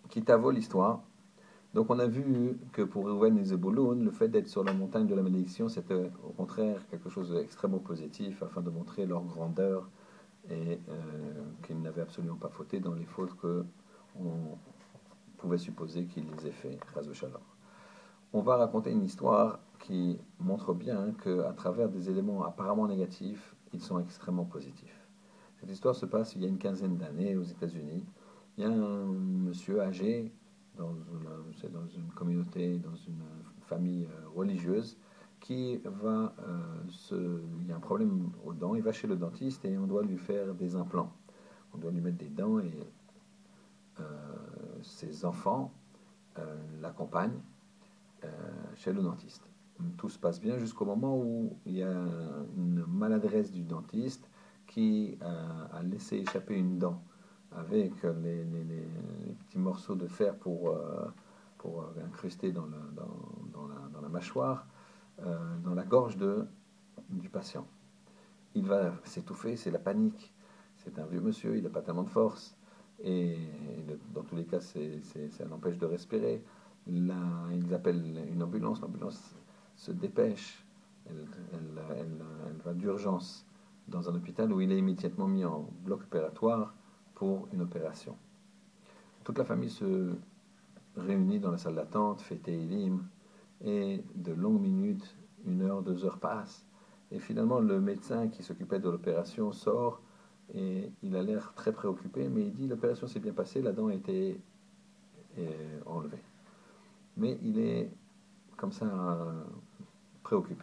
Kitavo l'histoire. Donc on a vu que pour Reuven et Zebulun, le fait d'être sur la montagne de la malédiction, c'était au contraire quelque chose d'extrêmement positif afin de montrer leur grandeur et qu'ils n'avaient absolument pas fauté dans les fautes que on pouvait supposer qu'ils aient fait. On va raconter une histoire qui montre bien qu'à travers des éléments apparemment négatifs, ils sont extrêmement positifs. Cette histoire se passe il y a une quinzaine d'années aux États-Unis. Il y a un monsieur âgé dans une communauté, dans une famille religieuse, il y a un problème aux dents, il va chez le dentiste et on doit lui faire des implants. On doit lui mettre des dents et euh, ses enfants l'accompagnent chez le dentiste. Tout se passe bien jusqu'au moment où il y a une maladresse du dentiste qui a laissé échapper une dent avec les petits morceaux de fer pour incruster dans la mâchoire, dans la gorge du patient. Il va s'étouffer, c'est la panique. C'est un vieux monsieur, il n'a pas tellement de force. Et dans tous les cas, ça l'empêche de respirer. Là, ils appellent une ambulance, l'ambulance se dépêche, elle va d'urgence dans un hôpital où il est immédiatement mis en bloc opératoire pour une opération. Toute la famille se réunit dans la salle d'attente, fait Teilim, et de longues minutes, 1 heure, 2 heures passent, et finalement le médecin qui s'occupait de l'opération sort, et il a l'air très préoccupé, mais il dit l'opération s'est bien passée, la dent a été enlevée. Mais il est comme ça préoccupé.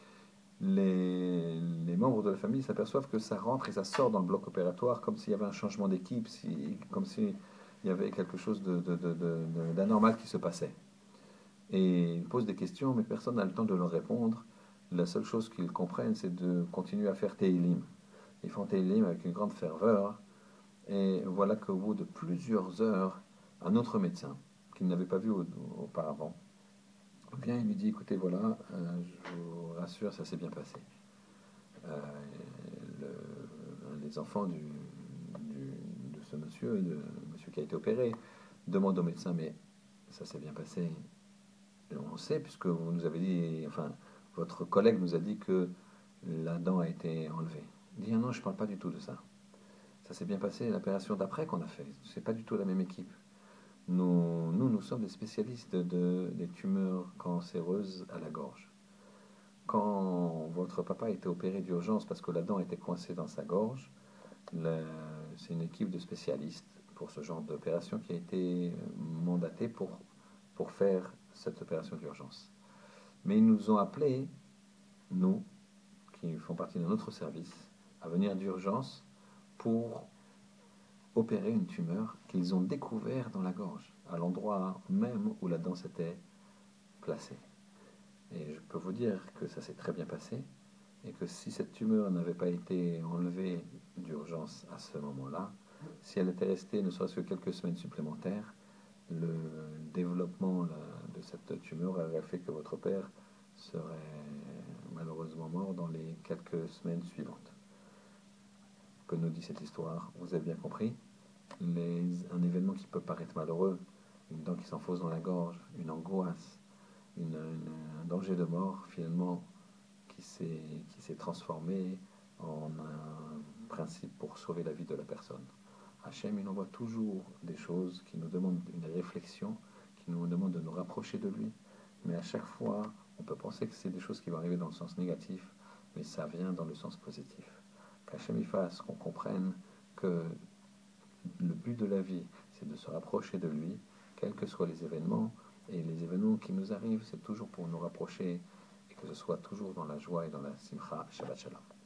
Les membres de la famille s'aperçoivent que ça rentre et ça sort dans le bloc opératoire comme s'il y avait un changement d'équipe, comme s'il y avait quelque chose d'anormal qui se passait. Et ils posent des questions, mais personne n'a le temps de leur répondre. La seule chose qu'ils comprennent, c'est de continuer à faire Teilim. Ils font Teilim avec une grande ferveur, et voilà qu'au bout de plusieurs heures, un autre médecin, qu'ils n'avaient pas vu auparavant, vient et lui dit, écoutez, voilà, je vous rassure, ça s'est bien passé. Euh, les enfants de ce monsieur, de monsieur qui a été opéré, demandent au médecin, mais ça s'est bien passé. Et on sait, puisque vous nous avez dit, enfin, votre collègue nous a dit que la dent a été enlevée. Il dit, ah non, je ne parle pas du tout de ça. Ça s'est bien passé l'opération d'après qu'on a fait. C'est pas du tout la même équipe. Nous sommes des spécialistes des tumeurs cancéreuses à la gorge. Quand votre papa a été opéré d'urgence parce que la dent était coincée dans sa gorge, c'est une équipe de spécialistes pour ce genre d'opération qui a été mandatée pour faire cette opération d'urgence. Mais ils nous ont appelés, nous, qui font partie d'un autre service, à venir d'urgence pour opérer une tumeur qu'ils ont découvert dans la gorge, à l'endroit même où la dent s'était placée. Et je peux vous dire que ça s'est très bien passé, et que si cette tumeur n'avait pas été enlevée d'urgence à ce moment-là, si elle était restée ne serait-ce que quelques semaines supplémentaires, le développement de cette tumeur aurait fait que votre père serait malheureusement mort dans les quelques semaines suivantes. Que nous dit cette histoire? Vous avez bien compris? Un événement qui peut paraître malheureux, une dent qui s'enfonce dans la gorge, une angoisse, un danger de mort, finalement, qui s'est transformé en un principe pour sauver la vie de la personne. Hachem, il envoie toujours des choses qui nous demandent une réflexion, qui nous demandent de nous rapprocher de lui. Mais à chaque fois, on peut penser que c'est des choses qui vont arriver dans le sens négatif, mais ça vient dans le sens positif. Qu'Hachem y fasse qu'on comprenne que le but de la vie, c'est de se rapprocher de lui, quels que soient les événements. Et les événements qui nous arrivent, c'est toujours pour nous rapprocher, et que ce soit toujours dans la joie et dans la simcha. Shabbat shalom.